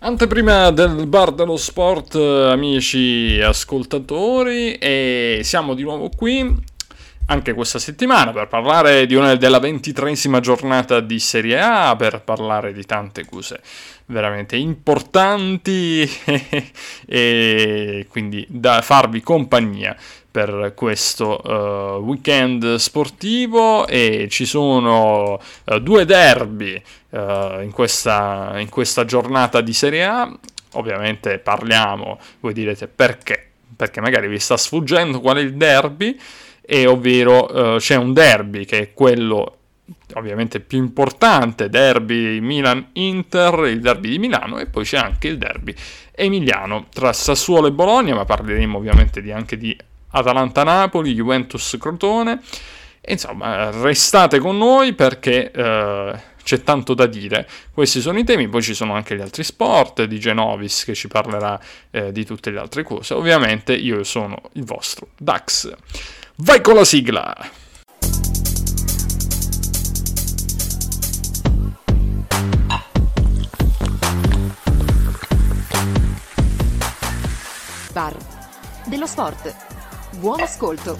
Anteprima del bar dello sport, amici ascoltatori, e siamo di nuovo qui anche questa settimana per parlare della 23esima giornata di Serie A, per parlare di tante cose veramente importanti e quindi da farvi compagnia per questo weekend sportivo. E ci sono due derby in questa giornata di Serie A. Ovviamente parliamo, voi direte perché magari vi sta sfuggendo qual è il derby, e ovvero c'è un derby che è quello ovviamente più importante, derby Milan-Inter, il derby di Milano, e poi c'è anche il derby emiliano tra Sassuolo e Bologna, ma parleremo ovviamente anche di Atalanta-Napoli, Juventus-Crotone. Insomma, restate con noi perché c'è tanto da dire. Questi sono i temi, poi ci sono anche gli altri sport, di Genovis che ci parlerà di tutte le altre cose. Ovviamente io sono il vostro Dax. Vai con la sigla! Bar dello sport. Buon ascolto.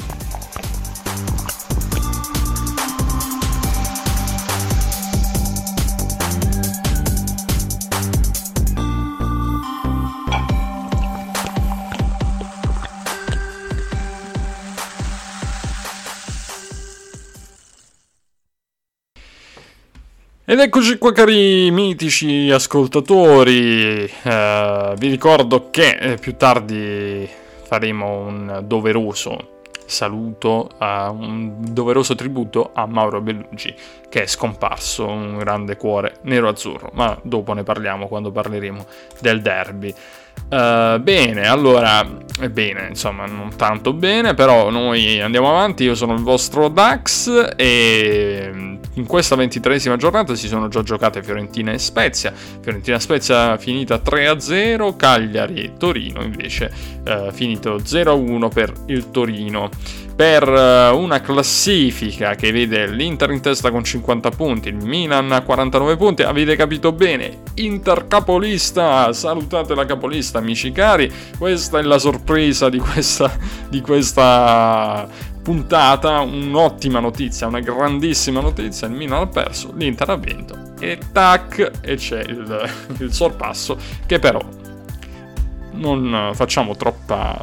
Ed eccoci qua, cari mitici ascoltatori. Vi ricordo che più tardi faremo un doveroso saluto, un doveroso tributo a Mauro Bellugi, che è scomparso, un grande cuore nero-azzurro, ma dopo ne parliamo quando parleremo del derby. Bene, insomma, non tanto bene, però noi andiamo avanti. Io sono il vostro Dax e in questa 23esima giornata si sono già giocate Fiorentina e Spezia. Fiorentina-Spezia finita 3-0, Cagliari-Torino invece finito 0-1 per il Torino. Per una classifica che vede l'Inter in testa con 50 punti, il Milan a 49 punti, avete capito bene, Inter capolista, salutate la capolista amici cari, questa è la sorpresa di questa puntata, un'ottima notizia, una grandissima notizia, il Milan ha perso, l'Inter ha vinto e tac, e c'è il sorpasso, che però non facciamo troppa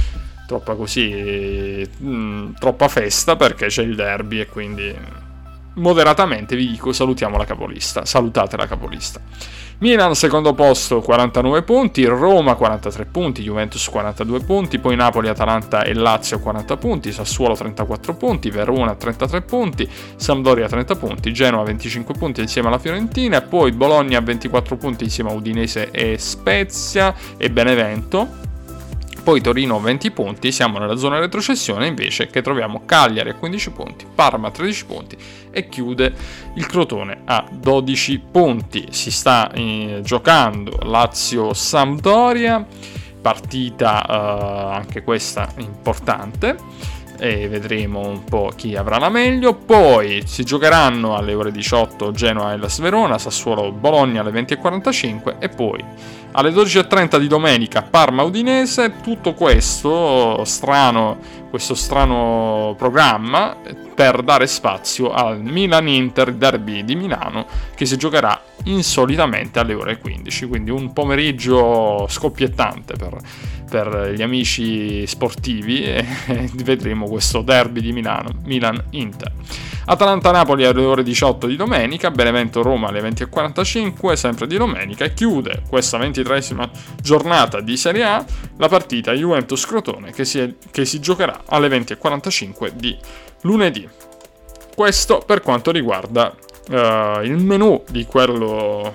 festa perché c'è il derby, e quindi moderatamente vi dico salutate la capolista. Milan secondo posto 49 punti, Roma 43 punti, Juventus 42 punti, poi Napoli, Atalanta e Lazio 40 punti, Sassuolo 34 punti, Verona 33 punti, Sampdoria 30 punti, Genoa 25 punti insieme alla Fiorentina, e poi Bologna 24 punti insieme a Udinese e Spezia e Benevento. Poi Torino 20 punti, siamo nella zona retrocessione invece, che troviamo Cagliari a 15 punti, Parma a 13 punti e chiude il Crotone a 12 punti. Si sta giocando Lazio-Sampdoria, partita anche questa importante, e vedremo un po' chi avrà la meglio. Poi si giocheranno alle ore 18 Genoa e la Verona, Sassuolo-Bologna alle 20:45 e poi alle 12:30 di domenica Parma-Udinese. Tutto questo strano programma per dare spazio al Milan-Inter derby di Milano, che si giocherà insolitamente alle ore 15, quindi un pomeriggio scoppiettante per gli amici sportivi, e vedremo questo derby di Milano, Milan-Inter. Atalanta-Napoli alle ore 18 di domenica, Benevento-Roma alle 20:45 sempre di domenica, e chiude questa 23esima giornata di Serie A la partita Juventus-Crotone che si giocherà alle 20:45 di lunedì. Questo per quanto riguarda il menù di quello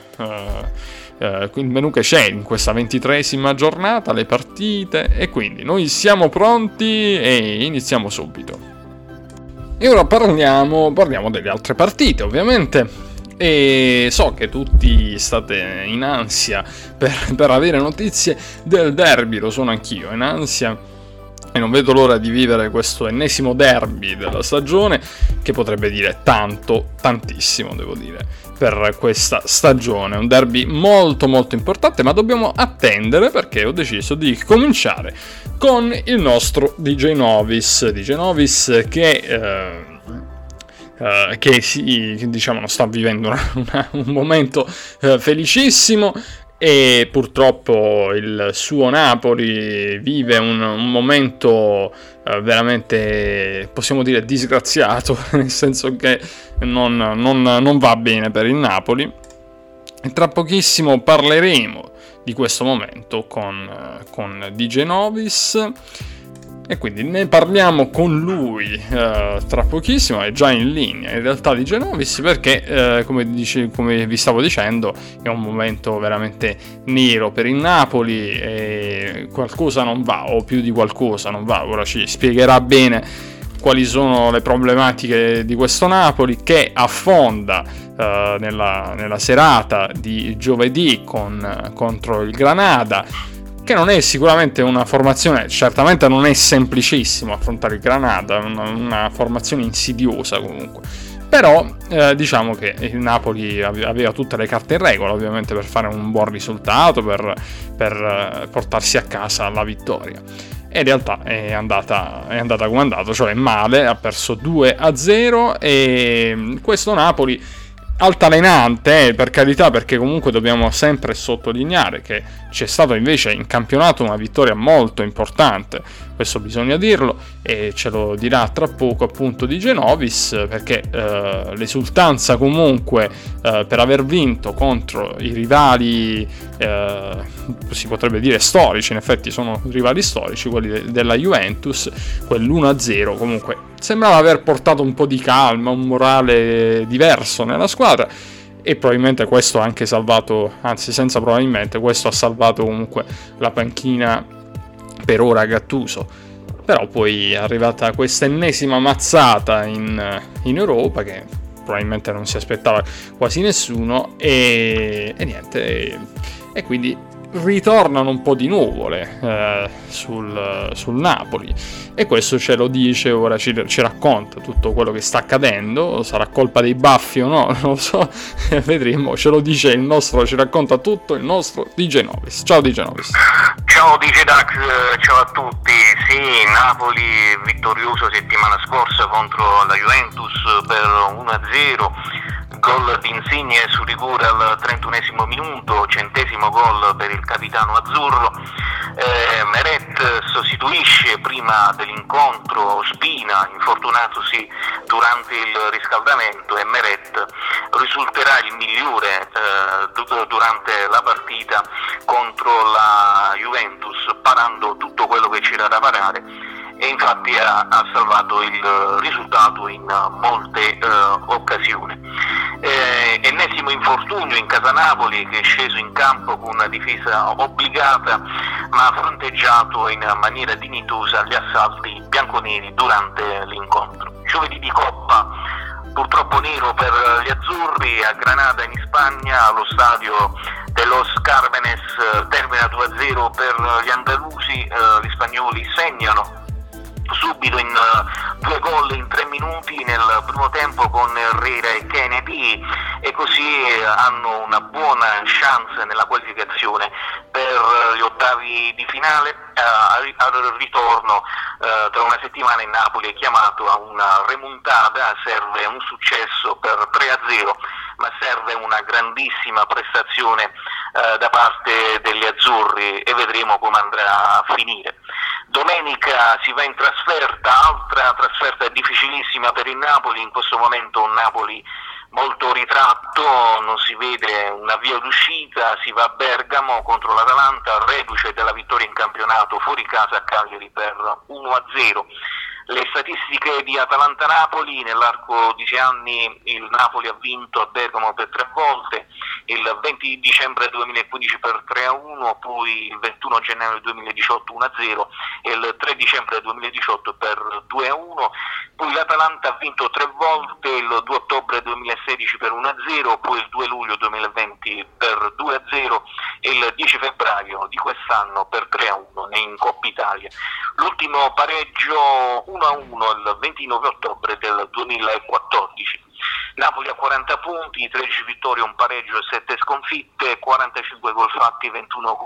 il menù che c'è in questa 23esima giornata, le partite, e quindi noi siamo pronti e iniziamo subito. E ora parliamo delle altre partite, ovviamente, e so che tutti state in ansia per avere notizie del derby, lo sono anch'io in ansia. e non vedo l'ora di vivere questo ennesimo derby della stagione, che potrebbe dire tanto, tantissimo, devo dire, per questa stagione. Un derby molto molto importante, ma dobbiamo attendere, perché ho deciso di cominciare con il nostro DJ Novis che diciamo sta vivendo un momento felicissimo, e purtroppo il suo Napoli vive un momento veramente, possiamo dire, disgraziato, nel senso che non va bene per il Napoli, e tra pochissimo parleremo di questo momento con DJ Novis, e quindi ne parliamo con lui tra pochissimo. È già in linea in realtà DJ Novis, perché come vi stavo dicendo, è un momento veramente nero per il Napoli, e qualcosa non va, o più di qualcosa non va. Ora ci spiegherà bene quali sono le problematiche di questo Napoli, che affonda nella serata di giovedì contro il Granada, che non è sicuramente una formazione, certamente non è semplicissimo affrontare il Granada, una formazione insidiosa comunque, però diciamo che il Napoli aveva tutte le carte in regola, ovviamente, per fare un buon risultato, per portarsi a casa la vittoria, e in realtà è andata come è andato, cioè male, ha perso 2-0, e questo Napoli altalenante, per carità, perché comunque dobbiamo sempre sottolineare che c'è stato invece in campionato una vittoria molto importante, questo bisogna dirlo, e ce lo dirà tra poco appunto DJ Novis, perché l'esultanza comunque per aver vinto contro i rivali, si potrebbe dire storici, in effetti sono rivali storici, quelli della Juventus, quell'1-0 comunque sembrava aver portato un po' di calma, un morale diverso nella squadra, e probabilmente questo ha anche salvato, anzi senza probabilmente, questo ha salvato comunque la panchina per ora a Gattuso. Però poi è arrivata questa ennesima mazzata in Europa, che probabilmente non si aspettava quasi nessuno, e niente, e quindi ritornano un po' di nuvole sul Napoli, e questo ce lo dice ora, ci racconta tutto quello che sta accadendo. Sarà colpa dei baffi o no, non lo so, vedremo. Ce lo dice ci racconta tutto il nostro DJ Novis. Ciao DJ Novis. Ciao DJ Dax, ciao a tutti. Sì, Napoli vittorioso settimana scorsa contro la Juventus per 1-0. Gol di Insigne su rigore al 31esimo minuto, 100° gol per il capitano azzurro. Meret sostituisce prima dell'incontro Spina, infortunatosi durante il riscaldamento, e Meret risulterà il migliore durante la partita contro la Juventus, parando tutto quello che c'era da parare, e infatti ha salvato il risultato in molte occasioni. Ennesimo infortunio in casa Napoli, che è sceso in campo con una difesa obbligata, ma ha fronteggiato in maniera dignitosa gli assalti bianconeri durante l'incontro. Giovedì di Coppa purtroppo nero per gli azzurri a Granada in Spagna, allo stadio de Los Cármenes termina 2-0 per gli andalusi. Gli spagnoli segnano subito in 2 gol in 3 minuti nel primo tempo con Herrera e Kennedy, e così hanno una buona chance nella qualificazione per gli ottavi di finale. Al ritorno tra una settimana in Napoli è chiamato a una remontata, serve un successo per 3-0, ma serve una grandissima prestazione da parte degli azzurri, e vedremo come andrà a finire. Domenica si va in trasferta, altra trasferta difficilissima per il Napoli, in questo momento un Napoli molto ritratto, non si vede una via d'uscita. Si va a Bergamo contro l'Atalanta, reduce della vittoria in campionato fuori casa a Cagliari per 1-0. Le statistiche di Atalanta-Napoli: nell'arco di 6 anni il Napoli ha vinto a Bergamo per 3 volte, il 20 dicembre 2015 per 3-1, poi il 21 gennaio 2018 1-0 e il 3 dicembre 2018 per 2-1. Poi l'Atalanta ha vinto 3 volte, il 2 ottobre 2016 per 1-0, poi il 2 luglio 2020 per 2-0 il 10 febbraio di quest'anno per 3-1 in Coppa Italia. L'ultimo pareggio 1-1 il 29 ottobre del 2014. Napoli a 40 punti, 13 vittorie, un pareggio e 7 sconfitte, 45 gol fatti, 21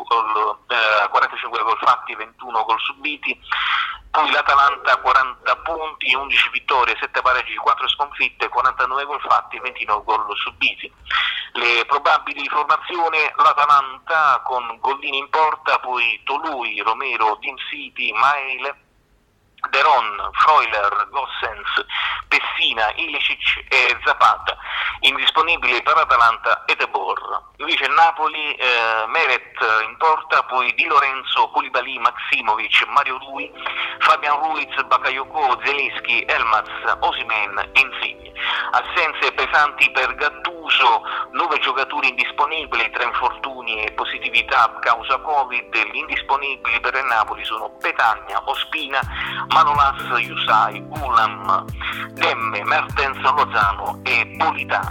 gol subiti. Poi l'Atalanta 40 punti, 11 vittorie, 7 pareggi, 4 sconfitte, 49 gol fatti, 29 gol subiti. Le probabili formazioni: l'Atalanta con Gollini in porta, poi Tolui, Romero, Dimsiti, Maele, Deron, Freuler, Gossens, Pessina, Ilicic e Zapata. Indisponibili per Atalanta e De Boer. Invece Napoli, Meret in porta, poi Di Lorenzo, Koulibaly, Maximovic, Mario Rui, Fabian Ruiz, Bakayoko, Zelinski, Elmas, Osimhen e Insigne. Assenze pesanti per Gattuso, 9 giocatori indisponibili, 3 infortuni e positività a causa Covid. Gli indisponibili per il Napoli sono Petagna, Ospina, Manolas, Yusai, Ulam, Demme, Mertens, Lozano e Politano.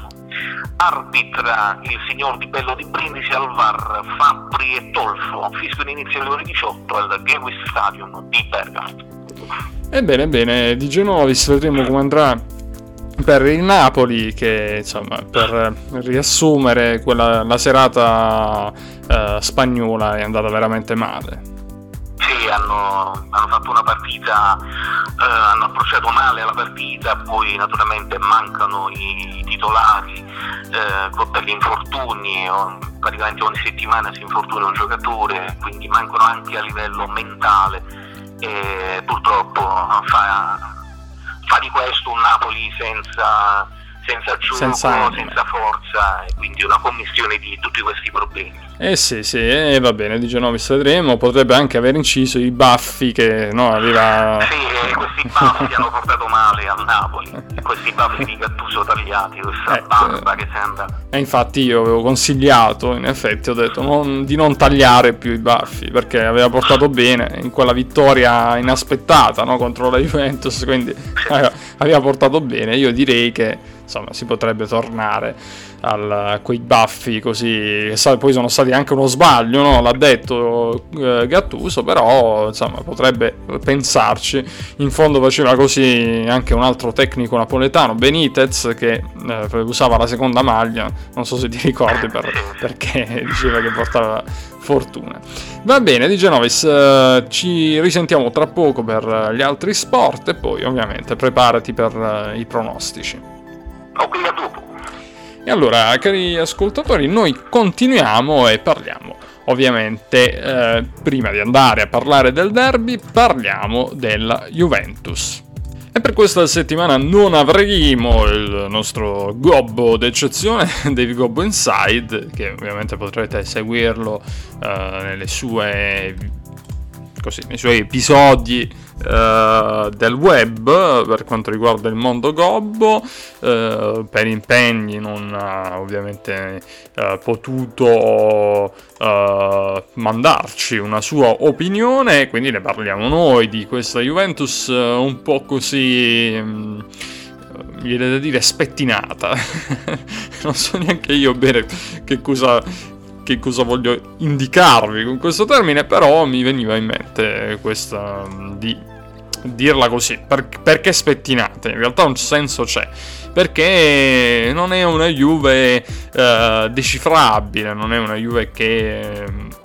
Arbitra il signor Di Bello di Brindisi, al VAR Fabbri e Tolfo. Fischio di inizio alle ore 18 al Gewiss Stadium di Bergamo. Ebbene, di Genovis vedremo come andrà per il Napoli, che insomma, per riassumere, la serata spagnola è andata veramente male. Sì, hanno fatto una partita, hanno approcciato male la partita, poi naturalmente mancano i titolari per gli infortuni, praticamente ogni settimana si infortuna un giocatore, quindi mancano anche a livello mentale, e purtroppo fa di questo un Napoli senza gioco, senza forza, e quindi una commistione di tutti questi problemi. Sì, va bene, di Genovis vedremo, potrebbe anche aver inciso i baffi che aveva... Sì, questi baffi hanno portato male al Napoli, questi baffi di Gattuso tagliati, questa barba che sembra... E infatti io avevo consigliato, in effetti ho detto di non tagliare più i baffi, perché aveva portato bene in quella vittoria inaspettata, contro la Juventus, quindi aveva portato bene. Io direi che insomma si potrebbe tornare a quei baffi così, poi sono stati anche uno sbaglio, l'ha detto Gattuso, però insomma potrebbe pensarci. In fondo faceva così anche un altro tecnico napoletano, Benitez, che usava la seconda maglia, non so se ti ricordi, perché diceva che portava fortuna. Va bene, di Genovis, ci risentiamo tra poco per gli altri sport e poi ovviamente preparati per i pronostici. A dopo. E allora, cari ascoltatori, noi continuiamo e parliamo. Ovviamente, prima di andare a parlare del derby, parliamo della Juventus. E per questa settimana non avremo il nostro gobbo d'eccezione, Dave Gobbo Inside, che ovviamente potrete seguirlo nei suoi episodi del web per quanto riguarda il mondo gobbo. Per impegni non ha ovviamente potuto mandarci una sua opinione, quindi ne parliamo noi di questa Juventus un po' così mi viene da dire spettinata. Non so neanche io bene che cosa voglio indicarvi con questo termine, però mi veniva in mente questa di dirla così, perché spettinate. In realtà un senso c'è, perché non è una Juve decifrabile, non è una Juve che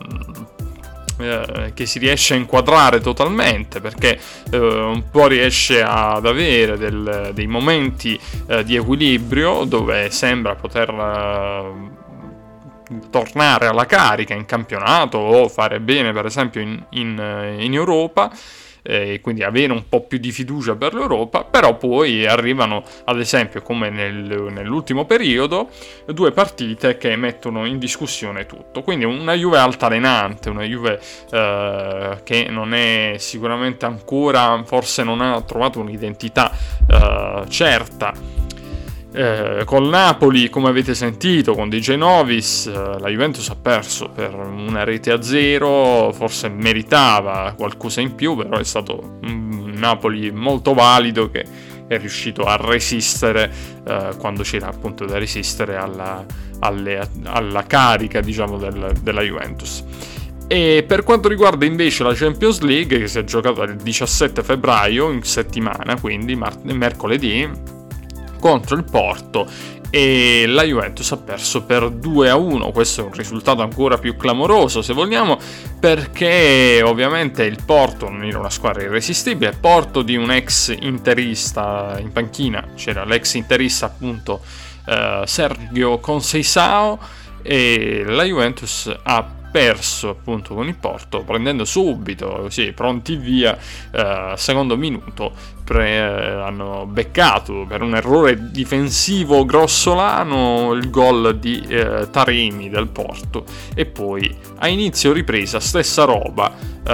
si riesce a inquadrare totalmente, perché un po' riesce ad avere dei momenti di equilibrio dove sembra poter tornare alla carica in campionato o fare bene per esempio in Europa, e quindi avere un po' più di fiducia per l'Europa, però poi arrivano ad esempio come nell'ultimo periodo 2 partite che mettono in discussione tutto. Quindi una Juve altalenante, una Juve che non è sicuramente ancora, forse non ha trovato un'identità certa. Col Napoli, come avete sentito, con De Genovis, la Juventus ha perso per 1-0, forse meritava qualcosa in più, però è stato un Napoli molto valido che è riuscito a resistere quando c'era appunto da resistere alla carica, diciamo, della Juventus. E per quanto riguarda invece la Champions League, che si è giocata il 17 febbraio, in settimana, quindi mercoledì, contro il Porto, e la Juventus ha perso per 2-1. Questo è un risultato ancora più clamoroso, se vogliamo, perché ovviamente il Porto non era una squadra irresistibile. Porto di un ex interista, in panchina c'era l'ex interista appunto Sergio Conceição, e la Juventus ha perso appunto con il Porto, prendendo subito, così pronti via, secondo minuto, hanno beccato per un errore difensivo grossolano il gol di Taremi del Porto, e poi a inizio ripresa stessa roba,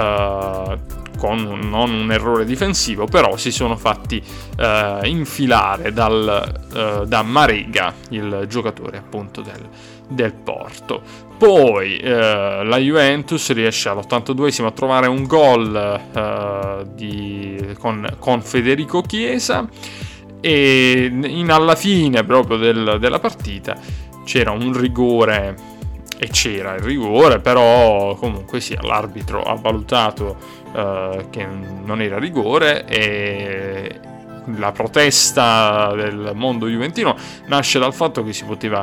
con non un errore difensivo, però si sono fatti infilare da Marega, il giocatore appunto del Porto. Poi la Juventus riesce all'82esimo a trovare un gol con Federico Chiesa, e alla fine proprio della partita c'era un rigore, e c'era il rigore, però comunque sia l'arbitro ha valutato che non era rigore, e la protesta del mondo juventino nasce dal fatto che si poteva,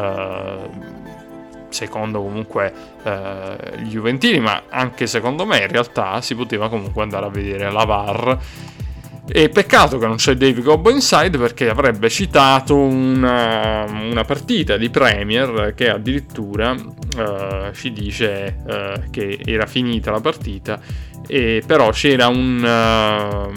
secondo comunque gli juventini, ma anche secondo me in realtà si poteva comunque andare a vedere la VAR. E peccato che non c'è Dave Gobbo Inside, perché avrebbe citato una partita di Premier che addirittura ci dice che era finita la partita, e però c'era un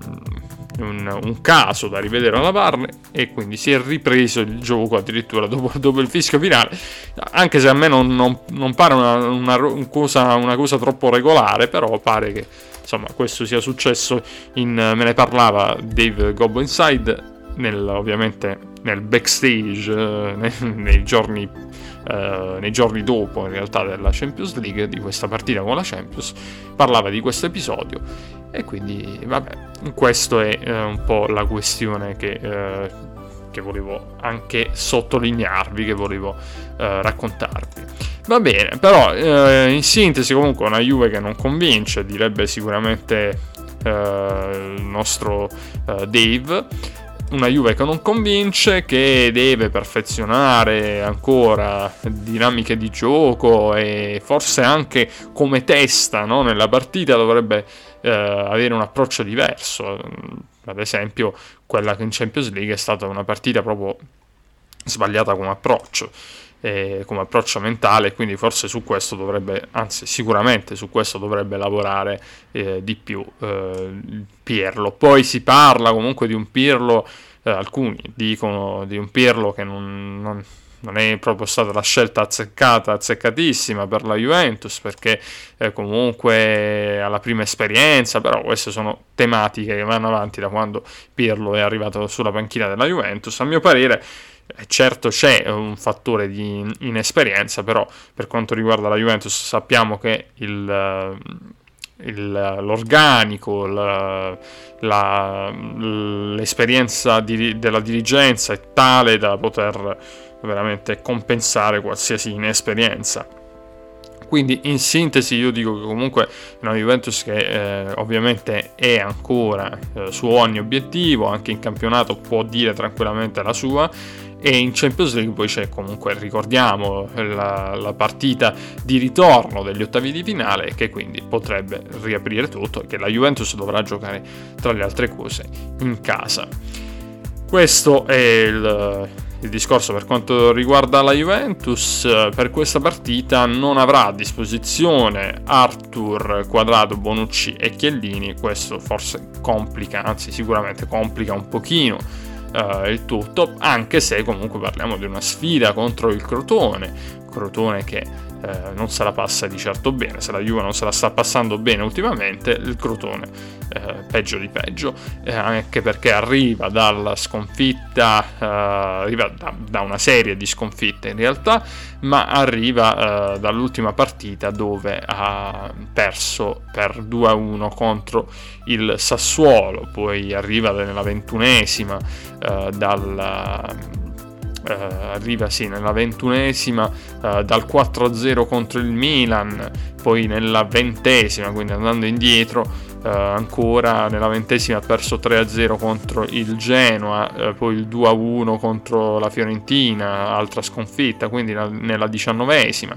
caso da rivedere alla VAR, e quindi si è ripreso il gioco addirittura dopo il fischio finale, anche se a me non pare una cosa troppo regolare, però pare che insomma questo sia successo. Me ne parlava Dave Gobbo Inside ovviamente nel backstage, nei giorni dopo in realtà della Champions League, di questa partita con la Champions, parlava di questo episodio. E quindi vabbè, questo è un po' la questione che volevo anche sottolinearvi, che volevo raccontarvi. Va bene, però in sintesi comunque una Juve che non convince, direbbe sicuramente il nostro Dave. Una Juve che non convince, che deve perfezionare ancora dinamiche di gioco, e forse anche come testa, no, nella partita dovrebbe avere un approccio diverso. Ad esempio quella che in Champions League è stata una partita proprio sbagliata come approccio mentale, quindi forse su questo dovrebbe, anzi sicuramente su questo dovrebbe lavorare di più Pirlo. Poi si parla comunque di un Pirlo, alcuni dicono di un Pirlo che non è proprio stata la scelta azzeccatissima per la Juventus, perché comunque alla prima esperienza, però queste sono tematiche che vanno avanti da quando Pirlo è arrivato sulla panchina della Juventus. A mio parere certo c'è un fattore di inesperienza, però per quanto riguarda la Juventus sappiamo che l'organico, l'esperienza della dirigenza è tale da poter veramente compensare qualsiasi inesperienza. Quindi in sintesi io dico che comunque una Juventus che ovviamente è ancora su ogni obiettivo, anche in campionato può dire tranquillamente la sua, e in Champions League poi c'è comunque, ricordiamo, la partita di ritorno degli ottavi di finale, che quindi potrebbe riaprire tutto, e che la Juventus dovrà giocare tra le altre cose in casa. Questo è il discorso per quanto riguarda la Juventus. Per questa partita non avrà a disposizione Arthur, Quadrado, Bonucci e Chiellini. Questo forse complica, anzi sicuramente complica un pochino il tutto, anche se comunque parliamo di una sfida contro il Crotone che non se la passa di certo bene. Se la Juve non se la sta passando bene ultimamente, il Crotone peggio di peggio, anche perché arriva dalla sconfitta, arriva da una serie di sconfitte in realtà, ma arriva dall'ultima partita dove ha perso per 2-1 contro il Sassuolo, poi arriva nella 21esima nella 21esima dal 4-0 contro il Milan, poi nella 20esima, quindi andando indietro ancora nella 20esima ha perso 3-0 contro il Genoa, poi il 2-1 contro la Fiorentina, altra sconfitta, quindi nella 19esima,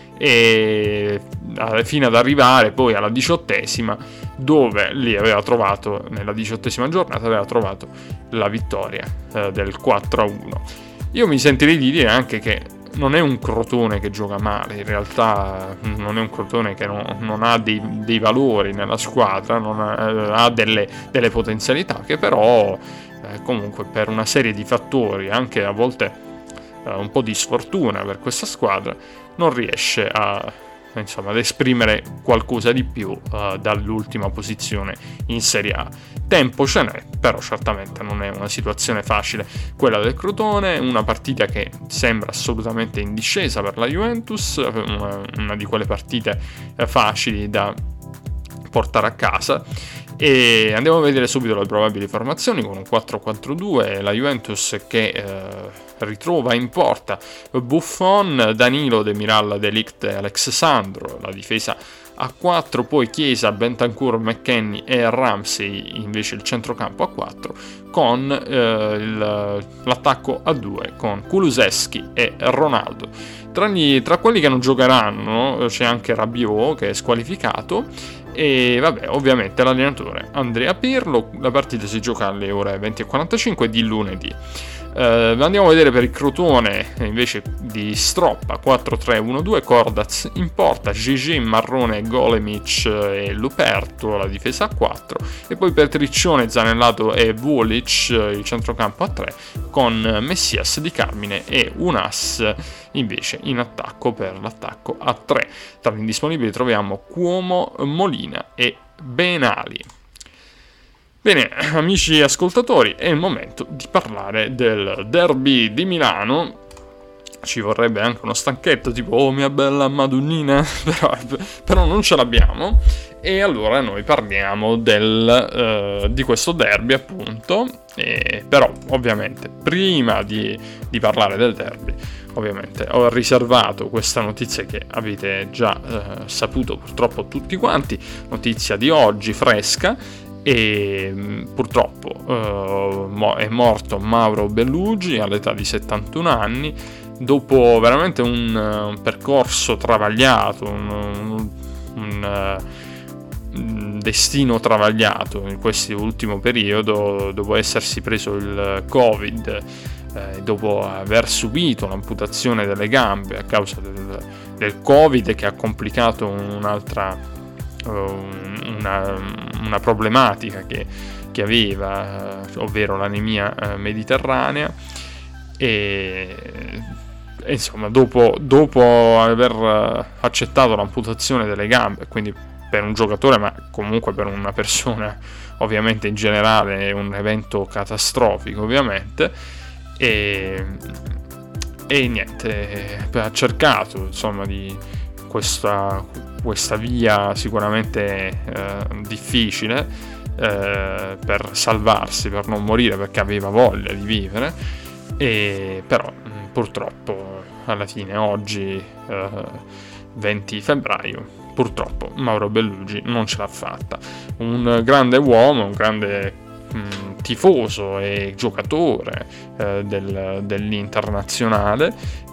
e fino ad arrivare poi alla 18esima, dove lì aveva trovato, nella 18esima giornata aveva trovato la vittoria del 4-1. Io mi sentirei di dire anche che non è un Crotone che gioca male, in realtà non è un Crotone che non ha dei valori nella squadra, non ha delle potenzialità, che però comunque per una serie di fattori, anche a volte un po' di sfortuna per questa squadra, non riesce ad esprimere qualcosa di più dall'ultima posizione in Serie A. Tempo ce n'è, però certamente non è una situazione facile quella del Crotone, una partita che sembra assolutamente in discesa per la Juventus, una di quelle partite facili da portare a casa. E andiamo a vedere subito le probabili formazioni con un 4-4-2, la Juventus che ritrova in porta Buffon, Danilo, Demiral, De Ligt e Alex Sandro, la difesa a 4, poi Chiesa, Bentancur, McKennie e Ramsey invece il centrocampo a 4, con l'attacco a 2 con Kulusevski e Ronaldo. Tra quelli che non giocheranno c'è anche Rabiot, che è squalificato, e vabbè, ovviamente l'allenatore Andrea Pirlo. La partita si gioca alle ore 20:45 di lunedì. Andiamo a vedere per il Crotone invece di Stroppa 4-3-1-2, Cordaz in porta, Gigi, Marrone, Golemic e Luperto la difesa a 4, e poi Petriccione, Zanellato e Vuolic il centrocampo a 3, con Messias, Di Carmine e Unas invece in attacco per l'attacco a 3. Tra gli indisponibili troviamo Cuomo, Molina e Benali. Bene, amici ascoltatori, è il momento di parlare del derby di Milano. Ci vorrebbe anche uno stanchetto tipo "oh mia bella Madonnina", però non ce l'abbiamo, e allora noi parliamo di questo derby, appunto. Però ovviamente prima di parlare del derby, ovviamente ho riservato questa notizia che avete già saputo purtroppo tutti quanti, notizia di oggi fresca. E purtroppo è morto Mauro Bellugi all'età di 71 anni, dopo veramente un percorso travagliato, un destino travagliato in questo ultimo periodo, dopo essersi preso il Covid, dopo aver subito un'amputazione delle gambe a causa del Covid, che ha complicato una problematica che aveva, ovvero l'anemia mediterranea, e insomma dopo aver accettato l'amputazione delle gambe, quindi per un giocatore, ma comunque per una persona ovviamente in generale è un evento catastrofico ovviamente, e niente, ha cercato insomma di questa via sicuramente difficile per salvarsi, per non morire, perché aveva voglia di vivere, e però purtroppo alla fine oggi 20 febbraio purtroppo Mauro Bellugi non ce l'ha fatta. Un grande uomo, un grande tifoso e giocatore dell'Internazionale,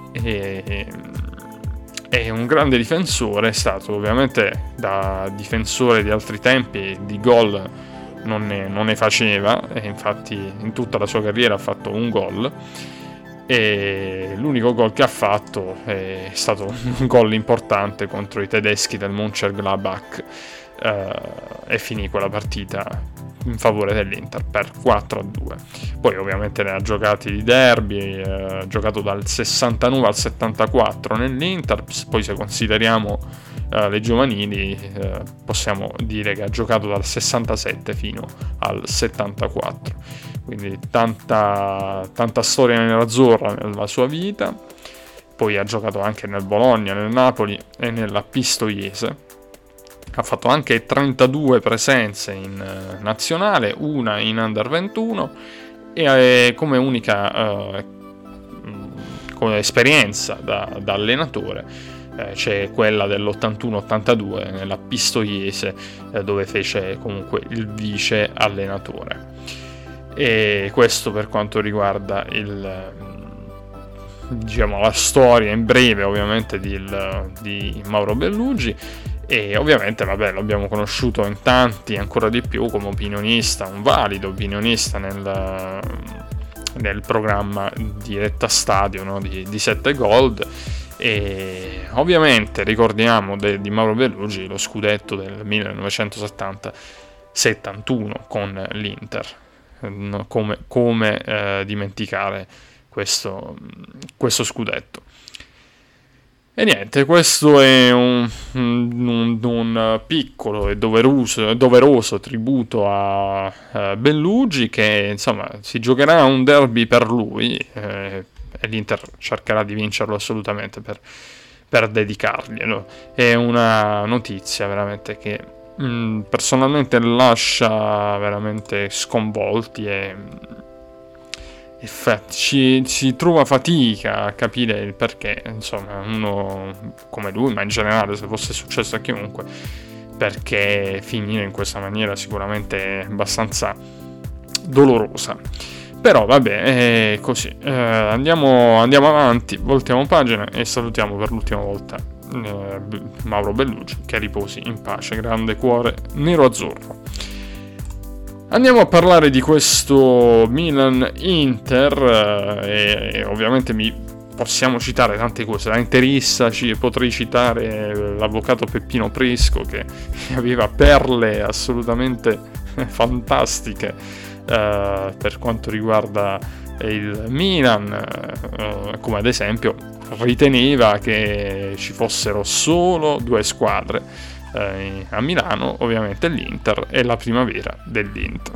è un grande difensore, è stato ovviamente, da difensore di altri tempi, di gol non ne faceva, e infatti in tutta la sua carriera ha fatto un gol, e l'unico gol che ha fatto è stato un gol importante contro i tedeschi del Mönchengladbach, e finì quella partita in favore dell'Inter per 4-2. Poi ovviamente ne ha giocati di derby, giocato dal 69 al 74 nell'Inter, poi se consideriamo le giovanili possiamo dire che ha giocato dal 67 fino al 74, quindi tanta storia nerazzurra nella sua vita. Poi ha giocato anche nel Bologna, nel Napoli e nella Pistoiese. Ha fatto anche 32 presenze in nazionale, una in Under 21, e come unica come esperienza da allenatore c'è quella dell'81-82 nella Pistoiese, dove fece comunque il vice allenatore. E questo per quanto riguarda la storia in breve ovviamente di Mauro Bellugi. E ovviamente l'abbiamo conosciuto in tanti, ancora di più come opinionista, un valido opinionista nel programma di Retta Stadio, no? di 7 Gold. E ovviamente ricordiamo di Mauro Bellugi lo scudetto del 1970-71 con l'Inter, come dimenticare questo scudetto. E niente, questo è un piccolo e doveroso tributo a Bellugi, che insomma si giocherà un derby per lui, e l'Inter cercherà di vincerlo assolutamente per dedicarglielo. È una notizia veramente che personalmente lascia veramente sconvolti e ci trova fatica a capire il perché, insomma, uno come lui, ma in generale se fosse successo a chiunque, perché finire in questa maniera sicuramente è abbastanza dolorosa. Però vabbè, è così. Andiamo avanti, voltiamo pagina e salutiamo per l'ultima volta Mauro Bellugi, che riposi in pace, grande cuore nero-azzurro. Andiamo a parlare di questo Milan-Inter e ovviamente possiamo citare tante cose. Da interista potrei citare l'avvocato Peppino Presco, che aveva perle assolutamente fantastiche per quanto riguarda il Milan, come ad esempio riteneva che ci fossero solo 2 squadre a Milano, ovviamente l'Inter e la primavera dell'Inter.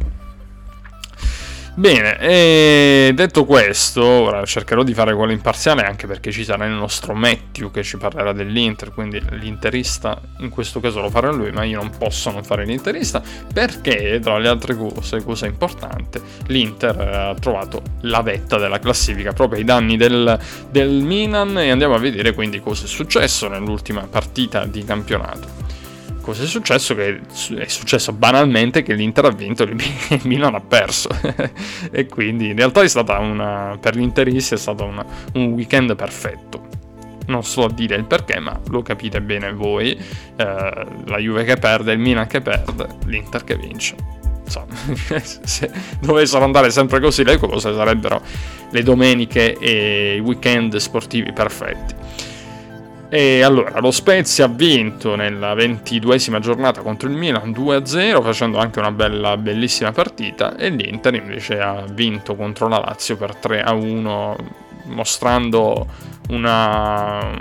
Bene, e detto questo, ora cercherò di fare quello imparziale, anche perché ci sarà il nostro Matthew che ci parlerà dell'Inter, quindi l'interista in questo caso lo farà lui, ma io non posso non fare l'interista, perché tra le altre cose, cosa importante, l'Inter ha trovato la vetta della classifica proprio ai danni del Milan, e andiamo a vedere quindi cosa è successo nell'ultima partita di campionato. Cosa è successo? Che è successo banalmente che l'Inter ha vinto e il Milan ha perso e quindi in realtà è stata per gli interisti è stato un weekend perfetto. Non so dire il perché, ma lo capite bene voi. La Juve che perde, il Milan che perde, l'Inter che vince. Insomma, se dovessero andare sempre così le cose, sarebbero le domeniche e i weekend sportivi perfetti. E allora lo Spezia ha vinto nella 22esima giornata contro il Milan 2-0, facendo anche una bellissima partita, e l'Inter invece ha vinto contro la Lazio per 3-1, mostrando una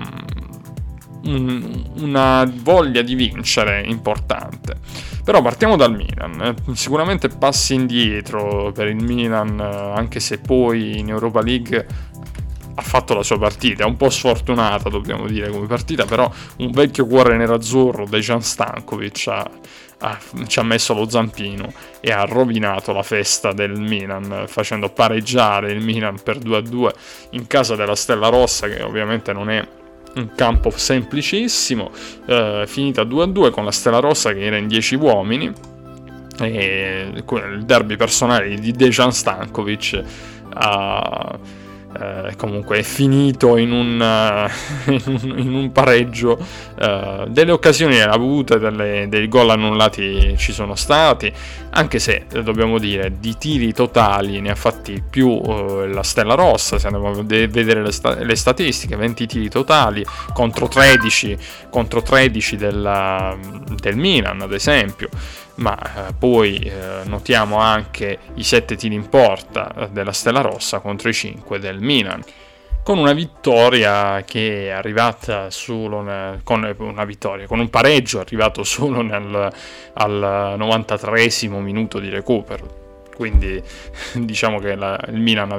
voglia di vincere importante. Però partiamo dal Milan, sicuramente passi indietro per il Milan, anche se poi in Europa League ha fatto la sua partita, un po' sfortunata dobbiamo dire come partita, però un vecchio cuore nerazzurro, Dejan Stankovic ci ha messo lo zampino e ha rovinato la festa del Milan, facendo pareggiare il Milan per 2-2 in casa della Stella Rossa, che ovviamente non è un campo semplicissimo, finita 2-2 con la Stella Rossa che era in 10 uomini, e il derby personale di Dejan Stankovic comunque è finito in un pareggio. Delle occasioni le ha avute, dei gol annullati ci sono stati, anche se dobbiamo dire di tiri totali ne ha fatti più la Stella Rossa. Se andiamo a vedere le statistiche, 20 tiri totali contro 13 del Milan ad esempio. ma poi notiamo anche i 7 tiri in porta della Stella Rossa contro i 5 del Milan, con una vittoria che è arrivata solo con un pareggio arrivato solo al 93esimo minuto di recupero. Quindi diciamo che il Milan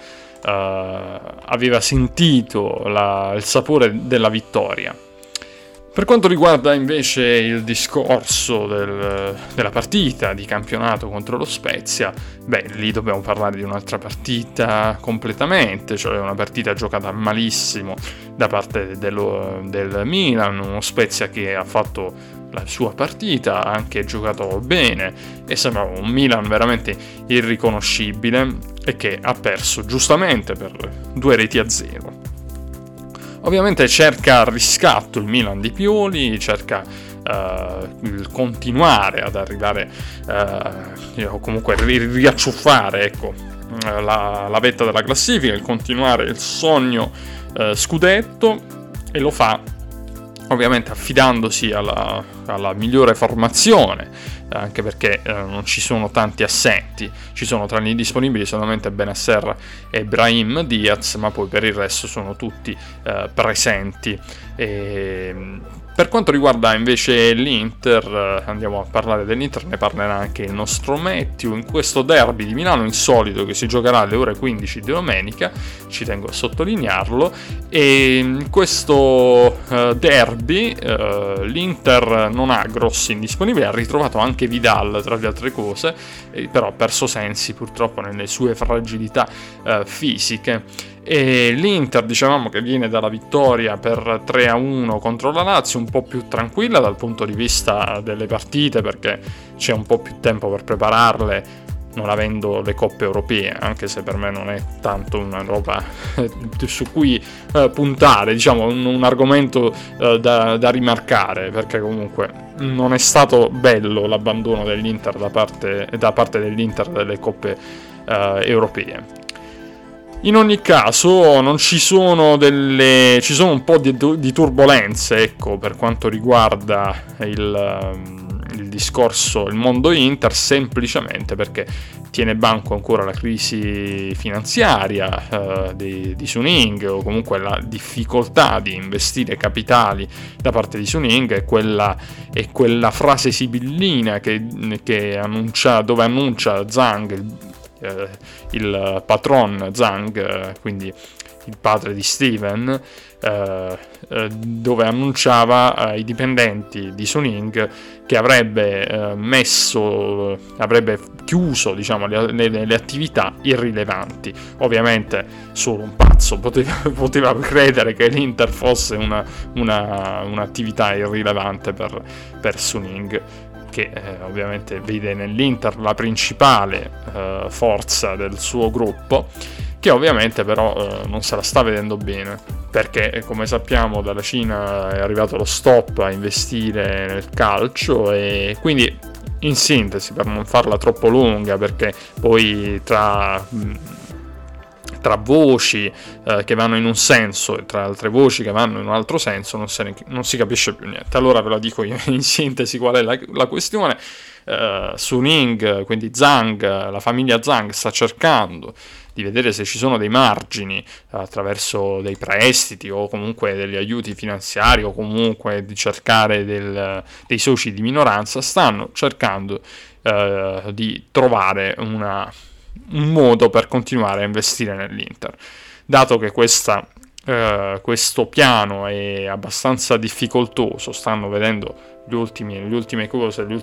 aveva sentito il sapore della vittoria. Per quanto riguarda invece il discorso della partita di campionato contro lo Spezia, lì dobbiamo parlare di un'altra partita completamente, cioè una partita giocata malissimo da parte del Milan, uno Spezia che ha fatto la sua partita, ha anche giocato bene e sembrava un Milan veramente irriconoscibile e che ha perso giustamente per 2-0. Ovviamente cerca il riscatto il Milan di Pioli, cerca il continuare ad arrivare, o comunque riacciuffare la vetta della classifica, il continuare il sogno scudetto, e lo fa ovviamente affidandosi alla migliore formazione, anche perché non ci sono tanti assenti, ci sono tra gli disponibili solamente Bennacer e Brahim Diaz, ma poi per il resto sono tutti presenti. Per quanto riguarda invece l'Inter, andiamo a parlare dell'Inter, ne parlerà anche il nostro Matthew, in questo derby di Milano insolito che si giocherà alle ore 15 di domenica, ci tengo a sottolinearlo, e in questo derby l'Inter non ha grossi indisponibili, ha ritrovato anche Vidal tra le altre cose, però ha perso Sensi purtroppo nelle sue fragilità fisiche. E l'Inter, dicevamo, che viene dalla vittoria per 3-1 contro la Lazio, un po' più tranquilla dal punto di vista delle partite, perché c'è un po' più tempo per prepararle, non avendo le coppe europee, anche se per me non è tanto una roba su cui puntare, diciamo, un argomento da rimarcare, perché comunque non è stato bello l'abbandono dell'Inter da parte dell'Inter delle coppe europee. In ogni caso ci sono un po' di turbolenze, per quanto riguarda il discorso, il mondo Inter, semplicemente perché tiene banco ancora la crisi finanziaria di Suning, o comunque la difficoltà di investire capitali da parte di Suning, e quella frase sibillina che annuncia, dove annuncia Zhang, il patron Zhang, quindi il padre di Steven, dove annunciava ai dipendenti di Suning che avrebbe chiuso, diciamo, le attività irrilevanti. Ovviamente solo un pazzo poteva credere che l'Inter fosse un'attività irrilevante per Suning, che ovviamente vede nell'Inter la principale forza del suo gruppo, che ovviamente però non se la sta vedendo bene, perché come sappiamo dalla Cina è arrivato lo stop a investire nel calcio, e quindi, in sintesi, per non farla troppo lunga, perché poi tra voci che vanno in un senso e tra altre voci che vanno in un altro senso non si capisce più niente. Allora ve la dico io in sintesi qual è la questione. Suning, quindi Zhang, la famiglia Zhang, sta cercando di vedere se ci sono dei margini attraverso dei prestiti o comunque degli aiuti finanziari, o comunque di cercare dei soci di minoranza. Stanno cercando di trovare un modo per continuare a investire nell'Inter, dato che questo piano è abbastanza difficoltoso. Stanno vedendo le ultime cose, le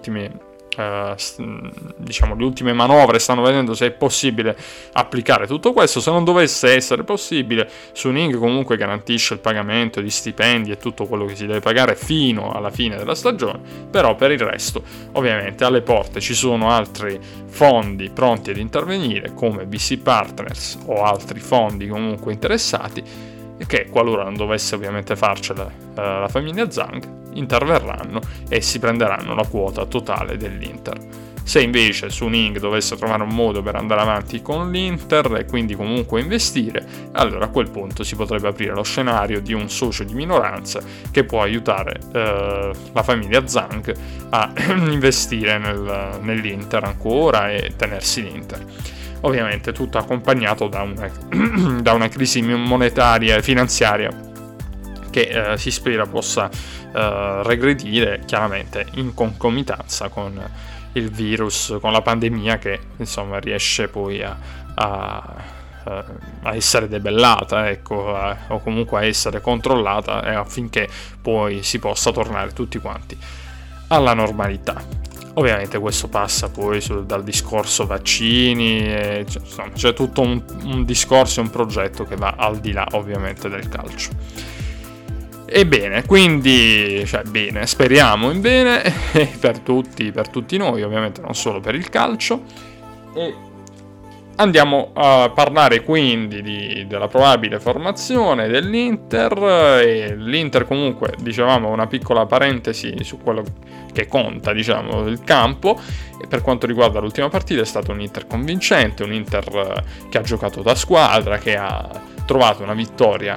ultime manovre, stanno vedendo se è possibile applicare tutto questo. Se non dovesse essere possibile, Suning comunque garantisce il pagamento di stipendi e tutto quello che si deve pagare fino alla fine della stagione, però per il resto ovviamente alle porte ci sono altri fondi pronti ad intervenire, come BC Partners o altri fondi comunque interessati, che qualora non dovesse ovviamente farcela la famiglia Zhang, interverranno e si prenderanno la quota totale dell'Inter. Se invece Suning dovesse trovare un modo per andare avanti con l'Inter e quindi comunque investire, allora a quel punto si potrebbe aprire lo scenario di un socio di minoranza che può aiutare la famiglia Zhang a investire nell'Inter ancora e tenersi l'Inter. Ovviamente tutto accompagnato da una crisi monetaria e finanziaria che si spera possa regredire, chiaramente in concomitanza con il virus, con la pandemia, che insomma riesce poi a essere debellata, ecco, o comunque a essere controllata, affinché poi si possa tornare tutti quanti alla normalità. Ovviamente questo passa poi dal discorso vaccini, insomma c'è tutto un discorso e un progetto che va al di là ovviamente del calcio. Ebbene, quindi, bene, speriamo in bene per tutti noi, ovviamente non solo per il calcio. E andiamo a parlare quindi della probabile formazione dell'Inter. E l'Inter comunque, dicevamo, una piccola parentesi su quello che conta, diciamo, il campo. E per quanto riguarda l'ultima partita è stato un Inter convincente, un Inter che ha giocato da squadra, che ha trovato una vittoria